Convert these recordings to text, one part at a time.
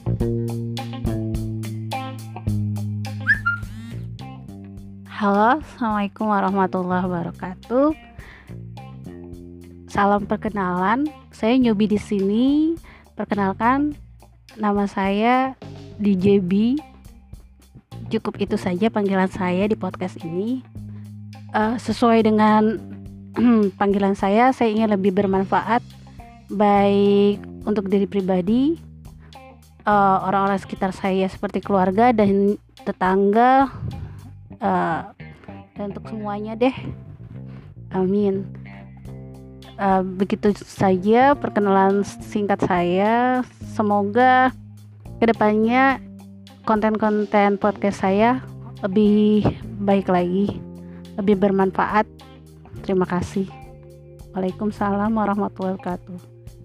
Halo, assalamualaikum warahmatullahi wabarakatuh. Salam perkenalan, saya newbie di sini. Perkenalkan, nama saya DJB. Cukup itu saja panggilan saya di podcast ini. Sesuai dengan panggilan saya ingin lebih bermanfaat, baik untuk diri pribadi, orang-orang sekitar saya seperti keluarga dan tetangga. Dan untuk semuanya deh, amin. Begitu saja perkenalan singkat saya. Semoga kedepannya konten-konten podcast saya lebih baik lagi, lebih bermanfaat. Terima kasih. Waalaikumsalam warahmatullahi wabarakatuh.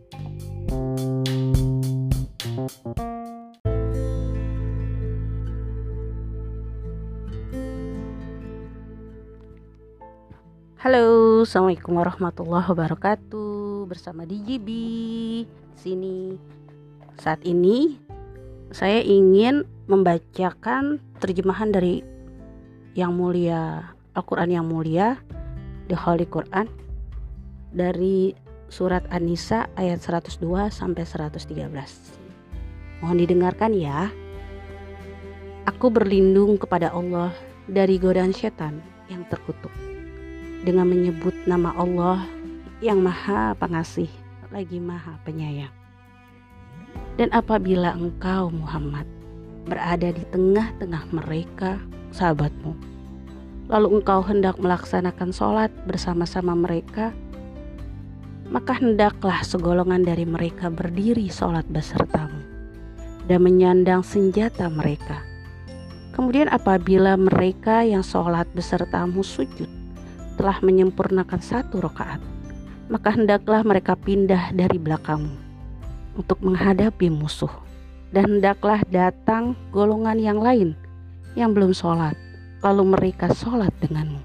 Halo, assalamualaikum warahmatullahi wabarakatuh. Bersama DJB sini. Saat ini saya ingin membacakan terjemahan dari yang mulia, Al-Quran yang mulia, The Holy Quran, dari surat An-Nisa ayat 102 sampai 113. Mohon didengarkan ya. Aku berlindung kepada Allah dari godaan setan yang terkutuk, dengan menyebut nama Allah yang Maha Pengasih lagi Maha Penyayang. Dan apabila engkau Muhammad berada di tengah-tengah mereka sahabatmu, lalu engkau hendak melaksanakan sholat bersama-sama mereka, maka hendaklah segolongan dari mereka berdiri sholat besertamu dan menyandang senjata mereka. Kemudian apabila mereka yang sholat besertamu sujud telah menyempurnakan 1 rakaat, maka hendaklah mereka pindah dari belakangmu untuk menghadapi musuh, dan hendaklah datang golongan yang lain yang belum sholat, lalu mereka sholat denganmu,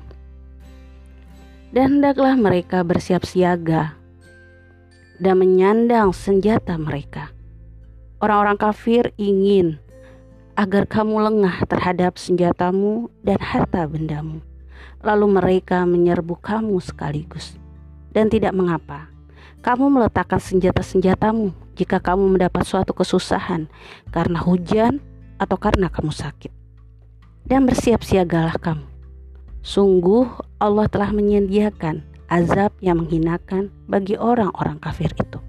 dan hendaklah mereka bersiap siaga dan menyandang senjata mereka. Orang-orang kafir ingin agar kamu lengah terhadap senjatamu dan harta bendamu, lalu mereka menyerbu kamu sekaligus. Dan tidak mengapa kamu meletakkan senjata-senjatamu jika kamu mendapat suatu kesusahan karena hujan atau karena kamu sakit. Dan bersiap siagalah kamu. Sungguh Allah telah menyediakan azab yang menghinakan bagi orang-orang kafir itu.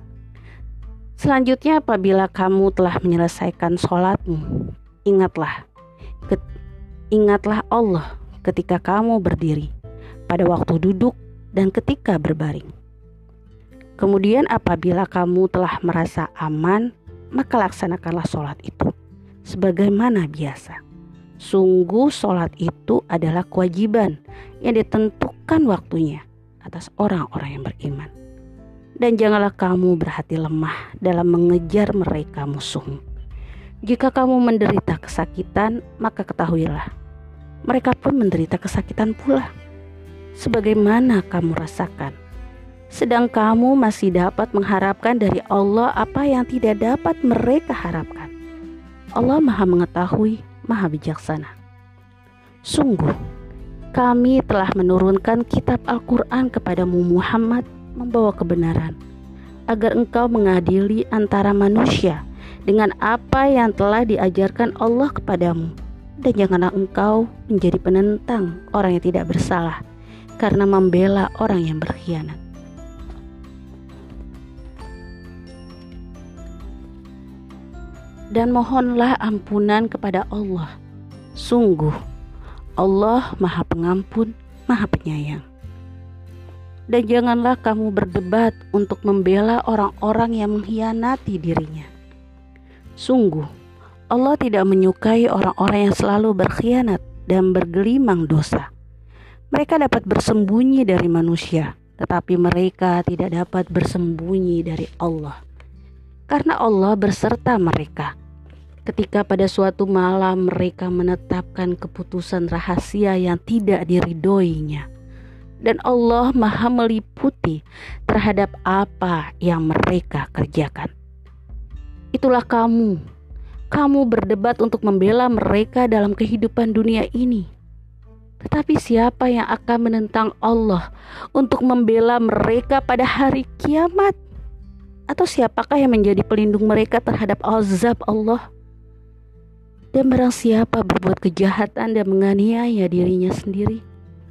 Selanjutnya, apabila kamu telah menyelesaikan sholatmu, ingatlah Allah ketika kamu berdiri, pada waktu duduk, dan ketika berbaring. Kemudian apabila kamu telah merasa aman, maka laksanakanlah sholat itu sebagaimana biasa. Sungguh sholat itu adalah kewajiban yang ditentukan waktunya atas orang-orang yang beriman. Dan janganlah kamu berhati lemah dalam mengejar mereka musuhmu. Jika kamu menderita kesakitan, maka ketahuilah mereka pun menderita kesakitan pula, sebagaimana kamu rasakan. Sedang kamu masih dapat mengharapkan dari Allah apa yang tidak dapat mereka harapkan. Allah Maha Mengetahui, Maha Bijaksana. Sungguh, kami telah menurunkan kitab Al-Quran kepadamu Muhammad membawa kebenaran, agar engkau mengadili antara manusia dengan apa yang telah diajarkan Allah kepadamu. Dan janganlah engkau menjadi penentang orang yang tidak bersalah karena membela orang yang berkhianat. Dan mohonlah ampunan kepada Allah. Sungguh Allah Maha Pengampun, Maha Penyayang. Dan janganlah kamu berdebat untuk membela orang-orang yang mengkhianati dirinya. Sungguh Allah tidak menyukai orang-orang yang selalu berkhianat dan bergelimang dosa. Mereka dapat bersembunyi dari manusia, tetapi mereka tidak dapat bersembunyi dari Allah, karena Allah berserta mereka ketika pada suatu malam mereka menetapkan keputusan rahasia yang tidak diridhoinya. Dan Allah Maha meliputi terhadap apa yang mereka kerjakan. Itulah kamu Kamu berdebat untuk membela mereka dalam kehidupan dunia ini. Tetapi siapa yang akan menentang Allah untuk membela mereka pada hari kiamat? Atau siapakah yang menjadi pelindung mereka terhadap azab Allah? Dan barang siapa berbuat kejahatan dan menganiaya dirinya sendiri,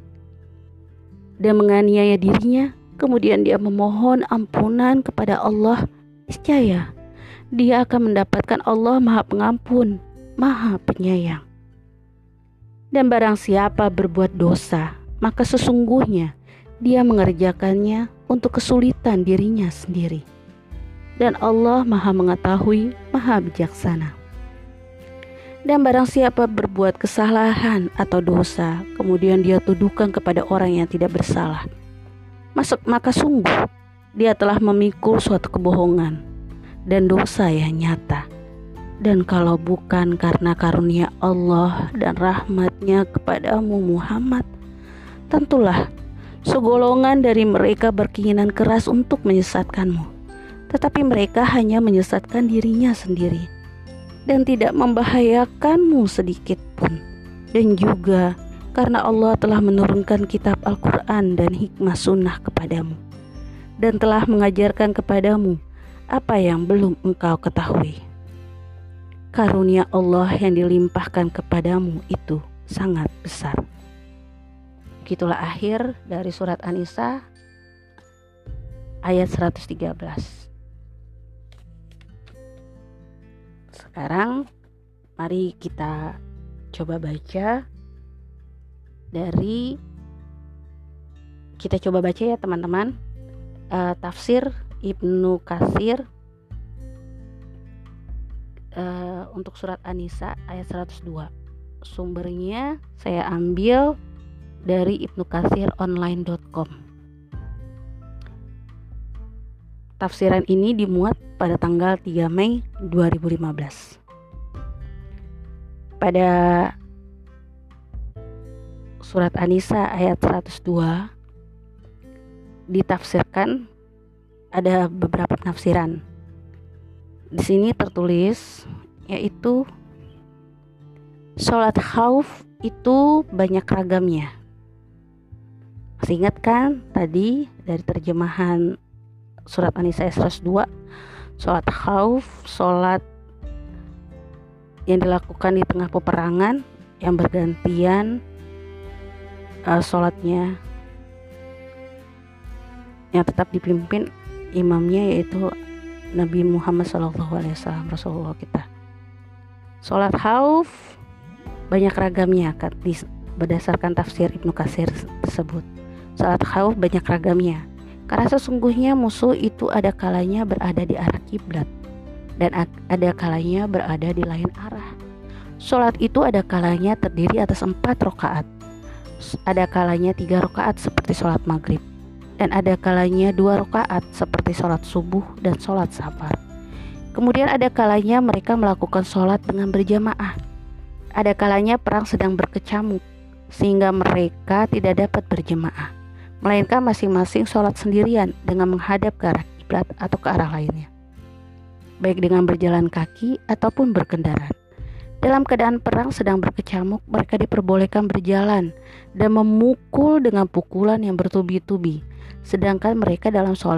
kemudian dia memohon ampunan kepada Allah, niscaya dia akan mendapatkan Allah Maha Pengampun, Maha Penyayang. Dan barang siapa berbuat dosa, maka sesungguhnya dia mengerjakannya untuk kesulitan dirinya sendiri. Dan Allah Maha Mengetahui, Maha Bijaksana. Dan barang siapa berbuat kesalahan atau dosa, kemudian dia tuduhkan kepada orang yang tidak bersalah, maka sungguh dia telah memikul suatu kebohongan dan dosa yang nyata. Dan kalau bukan karena karunia Allah dan rahmatnya kepadamu Muhammad, tentulah segolongan dari mereka berkeinginan keras untuk menyesatkanmu. Tetapi mereka hanya menyesatkan dirinya sendiri dan tidak membahayakanmu sedikit pun. Dan juga karena Allah telah menurunkan kitab Al-Quran dan hikmah sunnah kepadamu, dan telah mengajarkan kepadamu apa yang belum engkau ketahui. Karunia Allah yang dilimpahkan kepadamu itu sangat besar. Begitulah akhir dari surat An-Nisa ayat 113. Sekarang mari kita coba baca ya teman-teman, tafsir Ibnu Katsir untuk surat An-Nisa ayat 102. Sumbernya saya ambil dari ibnukatsironline.com. Tafsiran ini dimuat pada tanggal 3 Mei 2015. Pada surat An-Nisa ayat 102 ditafsirkan, ada beberapa penafsiran. Di sini tertulis yaitu sholat khauf itu banyak ragamnya. Masih ingat kan tadi dari terjemahan surat An-Nisa ayat 102, sholat khauf, sholat yang dilakukan di tengah peperangan yang bergantian, sholatnya yang tetap dipimpin imamnya yaitu Nabi Muhammad SAW, Rasulullah kita. Sholat khauf banyak ragamnya berdasarkan tafsir Ibnu Katsir tersebut. Sholat khauf banyak ragamnya karena sesungguhnya musuh itu ada kalanya berada di arah kiblat dan ada kalanya berada di lain arah. Sholat itu ada kalanya terdiri atas 4 rakaat, ada kalanya 3 rakaat seperti sholat maghrib, dan ada kalanya 2 rakaat seperti sholat subuh dan sholat safar. Kemudian ada kalanya mereka melakukan sholat dengan berjamaah. Ada kalanya perang sedang berkecamuk sehingga mereka tidak dapat berjamaah, melainkan masing-masing sholat sendirian dengan menghadap ke arah kiblat atau ke arah lainnya, baik dengan berjalan kaki ataupun berkendara. Dalam keadaan perang sedang berkecamuk, mereka diperbolehkan berjalan dan memukul dengan pukulan yang bertubi-tubi, sedangkan mereka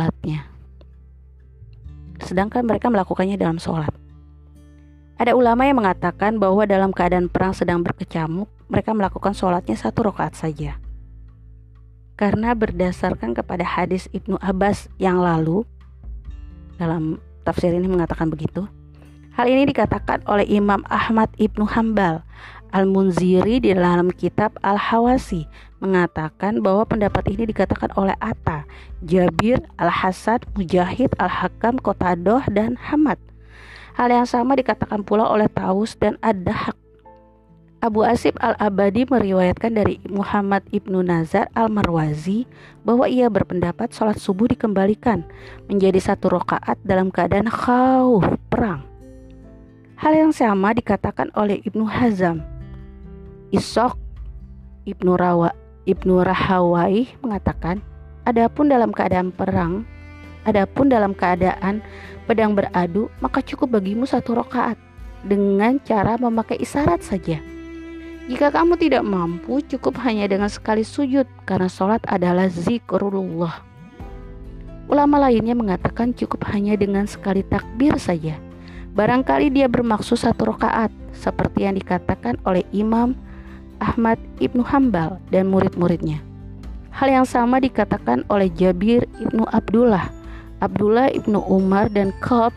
melakukannya dalam sholat. Ada ulama yang mengatakan bahwa dalam keadaan perang sedang berkecamuk, mereka melakukan sholatnya 1 rakaat saja. Karena berdasarkan kepada hadis Ibnu Abbas yang lalu, dalam tafsir ini mengatakan begitu. Hal ini dikatakan oleh Imam Ahmad Ibnu Hanbal. Al-Munziri di dalam kitab Al-Hawasi mengatakan bahwa pendapat ini dikatakan oleh Atta, Jabir, Al-Hasan, Mujahid, Al-Hakam, Qatadah, dan Hamad. Hal yang sama dikatakan pula oleh Taus dan Ad-Dahak. Abu Asib Al-Abadi meriwayatkan dari Muhammad Ibnu Nazar Al-Marwazi bahwa ia berpendapat sholat subuh dikembalikan menjadi 1 rakaat dalam keadaan khauf perang. Hal yang sama dikatakan oleh Ibnu Hazam. Ishaq Ibnu Rahawai mengatakan, adapun dalam keadaan pedang beradu, maka cukup bagimu 1 rakaat. dengan cara memakai isyarat saja. Jika kamu tidak mampu, cukup hanya dengan sekali sujud, karena sholat adalah zikrullah. Ulama lainnya mengatakan cukup hanya dengan sekali takbir saja. Barangkali dia bermaksud 1 rakaat, seperti yang dikatakan oleh Imam Ahmad ibnu Hambal dan murid-muridnya. Hal yang sama dikatakan oleh Jabir ibnu Abdullah, Abdullah ibnu Umar dan Ka'ab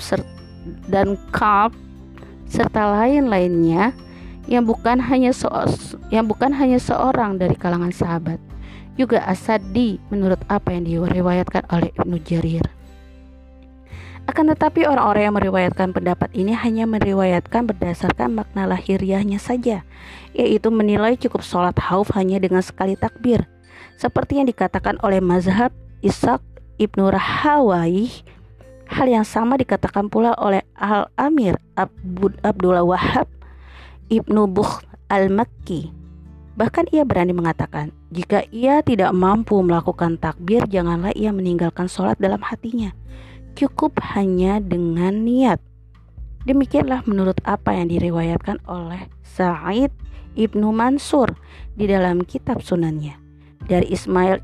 serta lain-lainnya yang bukan hanya seorang dari kalangan sahabat, juga As-Saddi menurut apa yang diriwayatkan oleh Ibnu Jarir. Akan tetapi orang-orang yang meriwayatkan pendapat ini hanya meriwayatkan berdasarkan makna lahiriahnya saja, yaitu menilai cukup sholat khauf hanya dengan sekali takbir, seperti yang dikatakan oleh mazhab Ishaq ibnu Rahawayh. Hal yang sama dikatakan pula oleh Al-Amir Abdullah Wahab ibnu Bukh al-Makki. Bahkan ia berani mengatakan, jika ia tidak mampu melakukan takbir, janganlah ia meninggalkan sholat dalam hatinya, cukup hanya dengan niat. Demikianlah menurut apa yang diriwayatkan oleh Sa'id ibnu Mansur di dalam kitab sunannya dari Ismail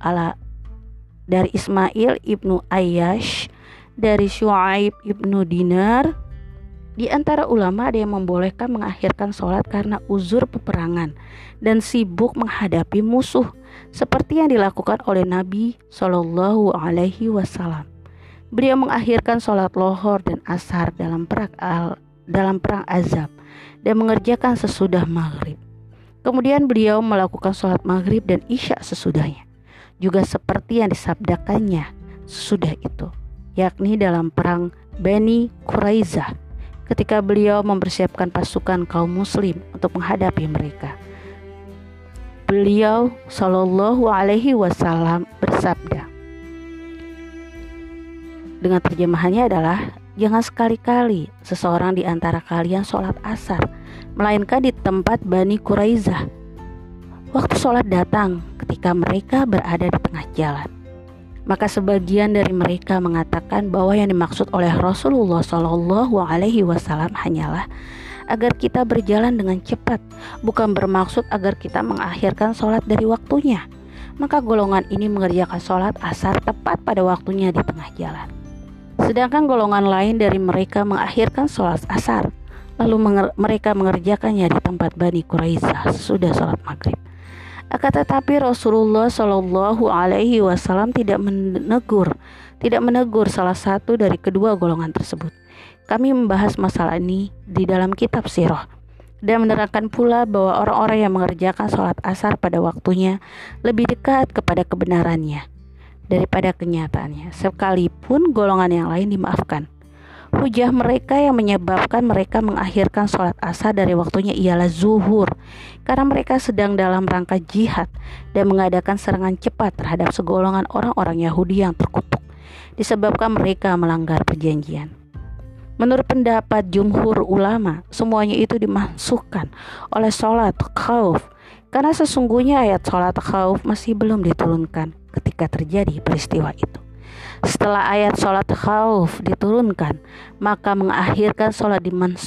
ibnu Ayyash, dari Syuaib ibnu Dinar. Di antara ulama ada yang membolehkan mengakhirkan sholat karena uzur peperangan dan sibuk menghadapi musuh, seperti yang dilakukan oleh Nabi Shallallahu Alaihi Wasallam. Beliau mengakhirkan sholat lohor dan asar dalam perang Azab dan mengerjakan sesudah maghrib. Kemudian beliau melakukan sholat maghrib dan isya sesudahnya, juga seperti yang disabdakannya sesudah itu, yakni dalam perang Bani Quraizah, ketika beliau mempersiapkan pasukan kaum muslim untuk menghadapi mereka. Beliau Shallallahu Alaihi Wasallam bersabda, dengan terjemahannya adalah, jangan sekali-kali seseorang di antara kalian sholat asar melainkan di tempat Bani Quraizah. Waktu sholat datang ketika mereka berada di tengah jalan. Maka sebagian dari mereka mengatakan bahwa yang dimaksud oleh Rasulullah Shallallahu Alaihi Wasallam hanyalah agar kita berjalan dengan cepat, bukan bermaksud agar kita mengakhirkan sholat dari waktunya. Maka golongan ini mengerjakan sholat asar tepat pada waktunya di tengah jalan. Sedangkan golongan lain dari mereka mengakhirkan sholat asar, lalu mereka mengerjakannya di tempat Bani Quraizah sesudah sholat maghrib. Akan tetapi Rasulullah Shallallahu Alaihi Wasallam tidak menegur salah satu dari kedua golongan tersebut. Kami membahas masalah ini di dalam kitab sirah dan menerangkan pula bahwa orang-orang yang mengerjakan sholat asar pada waktunya lebih dekat kepada kebenarannya daripada kenyataannya, sekalipun golongan yang lain dimaafkan. Hujah mereka yang menyebabkan mereka mengakhirkan sholat asar dari waktunya ialah zuhur, karena mereka sedang dalam rangka jihad dan mengadakan serangan cepat terhadap segolongan orang-orang Yahudi yang terkutuk, disebabkan mereka melanggar perjanjian. Menurut pendapat jumhur ulama, semuanya itu dimansuhkan oleh sholat khauf, karena sesungguhnya ayat sholat khauf masih belum diturunkan ketika terjadi peristiwa itu. Setelah ayat sholat khauf diturunkan, maka mengakhirkan sholat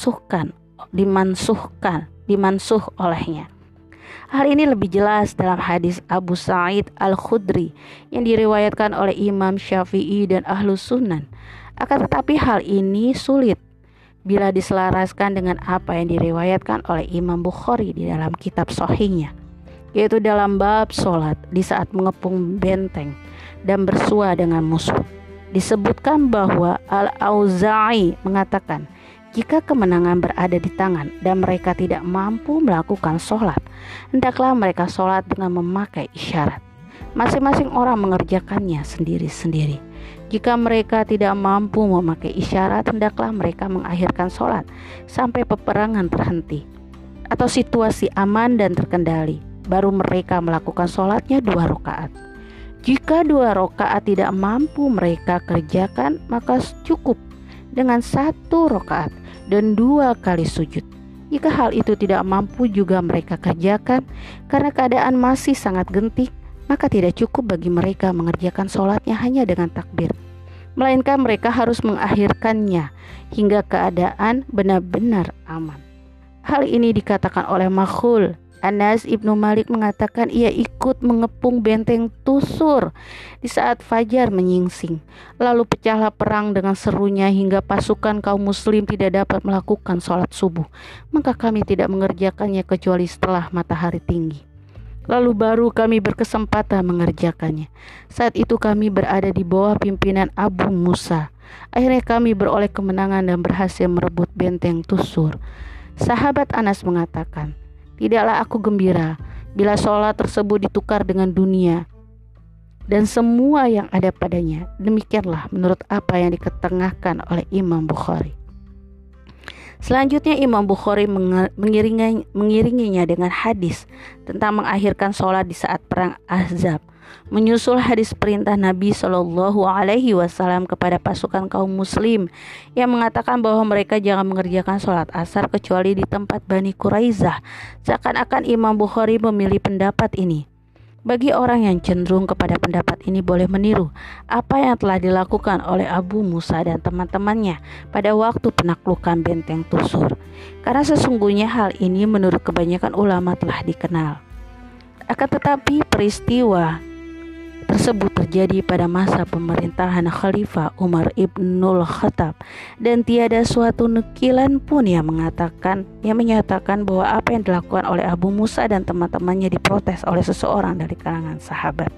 dimansuh olehnya. Hal ini lebih jelas dalam hadis Abu Sa'id Al-Khudri yang diriwayatkan oleh Imam Syafi'i dan Ahlus Sunan. Akan tetapi hal ini sulit bila diselaraskan dengan apa yang diriwayatkan oleh Imam Bukhari di dalam kitab Sahihnya, yaitu dalam bab sholat di saat mengepung benteng dan bersua dengan musuh. Disebutkan bahwa Al-Auza'i mengatakan, jika kemenangan berada di tangan dan mereka tidak mampu melakukan sholat, hendaklah mereka sholat dengan memakai isyarat. Masing-masing orang mengerjakannya sendiri-sendiri. Jika mereka tidak mampu memakai isyarat, hendaklah mereka mengakhirkan sholat sampai peperangan terhenti atau situasi aman dan terkendali, baru mereka melakukan sholatnya 2 rakaat. Jika 2 rakaat tidak mampu mereka kerjakan, maka cukup dengan 1 rakaat dan 2 kali sujud. Jika hal itu tidak mampu juga mereka kerjakan karena keadaan masih sangat genting, maka tidak cukup bagi mereka mengerjakan sholatnya hanya dengan takbir. melainkan mereka harus mengakhirkannya hingga keadaan benar-benar aman. Hal ini dikatakan oleh Makhul. Anas ibnu Malik mengatakan ia ikut mengepung benteng Tusur di saat fajar menyingsing. Lalu pecahlah perang dengan serunya hingga pasukan kaum muslim tidak dapat melakukan sholat subuh. Maka kami tidak mengerjakannya kecuali setelah matahari tinggi. Lalu baru kami berkesempatan mengerjakannya. Saat itu kami berada di bawah pimpinan Abu Musa. Akhirnya kami beroleh kemenangan dan berhasil merebut benteng Tusur. Sahabat Anas mengatakan, tidaklah aku gembira bila sholat tersebut ditukar dengan dunia dan semua yang ada padanya. Demikianlah menurut apa yang diketengahkan oleh Imam Bukhari. Selanjutnya Imam Bukhari mengiringinya dengan hadis tentang mengakhirkan sholat di saat perang Ahzab, menyusul hadis perintah Nabi Shallallahu Alaihi Wasallam kepada pasukan kaum muslim yang mengatakan bahwa mereka jangan mengerjakan sholat asar kecuali di tempat Bani Quraizah. Seakan-akan Imam Bukhari memilih pendapat ini. Bagi orang yang cenderung kepada pendapat ini boleh meniru apa yang telah dilakukan oleh Abu Musa dan teman-temannya pada waktu penaklukan benteng Tusur, karena sesungguhnya hal ini menurut kebanyakan ulama telah dikenal. Akan tetapi peristiwa tersebut terjadi pada masa pemerintahan Khalifah Umar ibnul Khattab dan tiada suatu nukilan pun yang menyatakan bahwa apa yang dilakukan oleh Abu Musa dan teman-temannya diprotes oleh seseorang dari kalangan sahabat.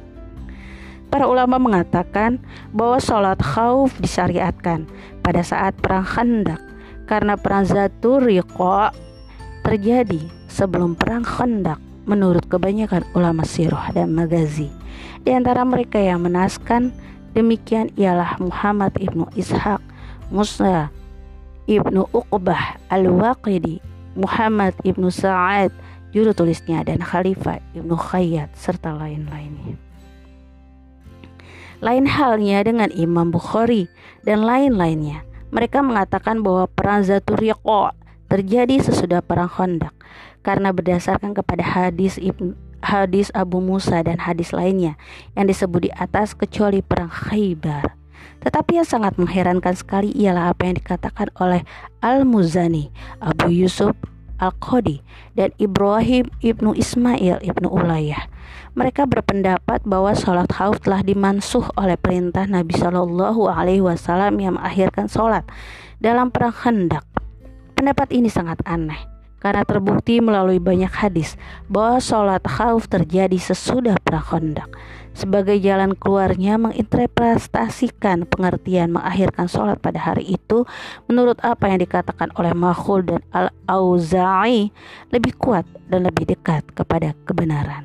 Para ulama mengatakan bahwa sholat khauf disyariatkan pada saat perang Khandaq karena perang Zatur Riqa terjadi sebelum perang Khandaq menurut kebanyakan ulama sirah dan magazi. Di antara mereka yang menaskan demikian ialah Muhammad ibnu Ishaq, Musa ibnu Uqbah al-Waqidi, Muhammad ibnu Sa'ad juru tulisnya, dan Khalifah ibnu Khayyat serta lain-lainnya. Lain halnya dengan Imam Bukhari dan lain-lainnya. Mereka mengatakan bahwa perang Zatur Riqa terjadi sesudah perang Khandaq karena berdasarkan kepada hadis Abu Musa dan hadis lainnya yang disebut di atas kecuali perang Khaybar. Tetapi yang sangat mengherankan sekali ialah apa yang dikatakan oleh Al-Muzani, Abu Yusuf Al-Qadi, dan Ibrahim ibnu Ismail ibnu Ulayyah. Mereka berpendapat bahwa sholat khauf telah dimansuh oleh perintah Nabi Shallallahu Alaihi Wasallam yang mengakhirkan sholat dalam perang Khandaq. Pendapat ini sangat aneh karena terbukti melalui banyak hadis bahwa sholat khauf terjadi sesudah perang Khandaq. Sebagai jalan keluarnya menginterpretasikan pengertian mengakhirkan sholat pada hari itu menurut apa yang dikatakan oleh Makhul dan Al-Auza'i lebih kuat dan lebih dekat kepada kebenaran.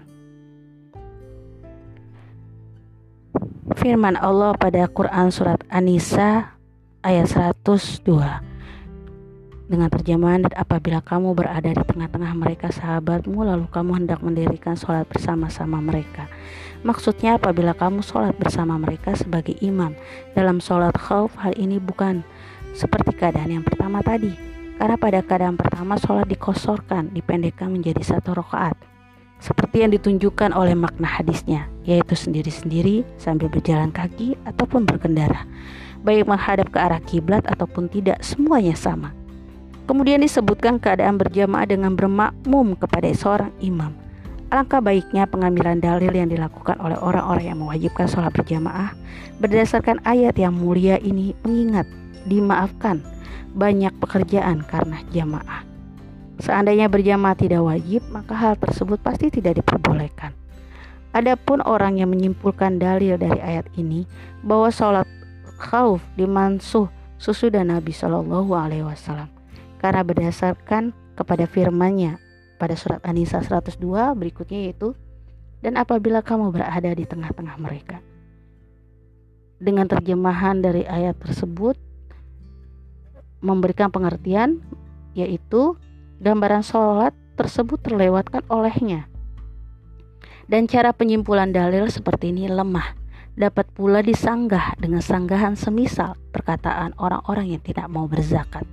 Firman Allah pada Quran surat An-Nisa ayat 102 dengan terjemahan, dan apabila kamu berada di tengah-tengah mereka sahabatmu lalu kamu hendak mendirikan sholat bersama-sama mereka. Maksudnya apabila kamu sholat bersama mereka sebagai imam dalam sholat khauf, hal ini bukan seperti keadaan yang pertama tadi, karena pada keadaan pertama sholat dikosorkan, dipendekkan menjadi 1 rakaat seperti yang ditunjukkan oleh makna hadisnya, yaitu sendiri-sendiri sambil berjalan kaki ataupun berkendara, baik menghadap ke arah kiblat ataupun tidak, semuanya sama. Kemudian disebutkan keadaan berjamaah dengan bermakmum kepada seorang imam. Alangkah baiknya pengambilan dalil yang dilakukan oleh orang-orang yang mewajibkan sholat berjamaah berdasarkan ayat yang mulia ini, mengingat dimaafkan banyak pekerjaan karena jamaah. Seandainya berjamaah tidak wajib, maka hal tersebut pasti tidak diperbolehkan. Adapun orang yang menyimpulkan dalil dari ayat ini bahwa sholat khauf dimansuh sesudah Nabi Shallallahu Alaihi Wasallam karena berdasarkan kepada firman-Nya pada surat An-Nisa 102 berikutnya, yaitu dan apabila kamu berada di tengah-tengah mereka. Dengan terjemahan dari ayat tersebut memberikan pengertian, yaitu gambaran sholat tersebut terlewatkan olehnya. Dan cara penyimpulan dalil seperti ini lemah, dapat pula disanggah dengan sanggahan semisal perkataan orang-orang yang tidak mau berzakat,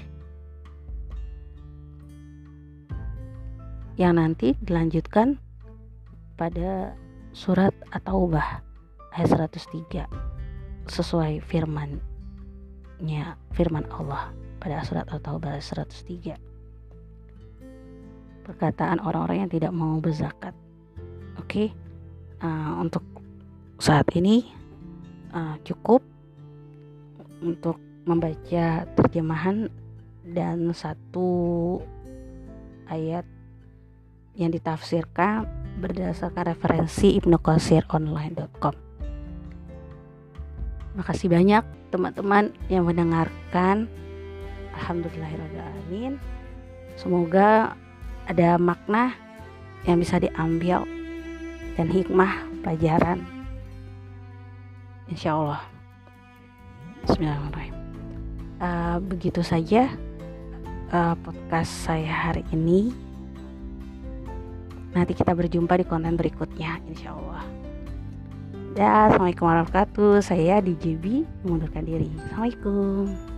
yang nanti dilanjutkan pada surat At-Taubah ayat 103. sesuai firman Allah pada surat At-Taubah 103. Perkataan orang-orang yang tidak mau berzakat. Oke. Untuk saat ini cukup untuk membaca terjemahan dan satu ayat yang ditafsirkan berdasarkan referensi Ibnu Katsir online.com. Makasih banyak teman-teman yang mendengarkan. Alhamdulillahirrahmanirrahim. Semoga ada makna yang bisa diambil dan hikmah pelajaran, insya Allah. Bismillahirrahmanirrahim. Begitu saja podcast saya hari ini. Nanti kita berjumpa di konten berikutnya, insya Allah. Assalamualaikum warahmatullahi wabarakatuh. Saya DJB mengundurkan diri. Assalamualaikum.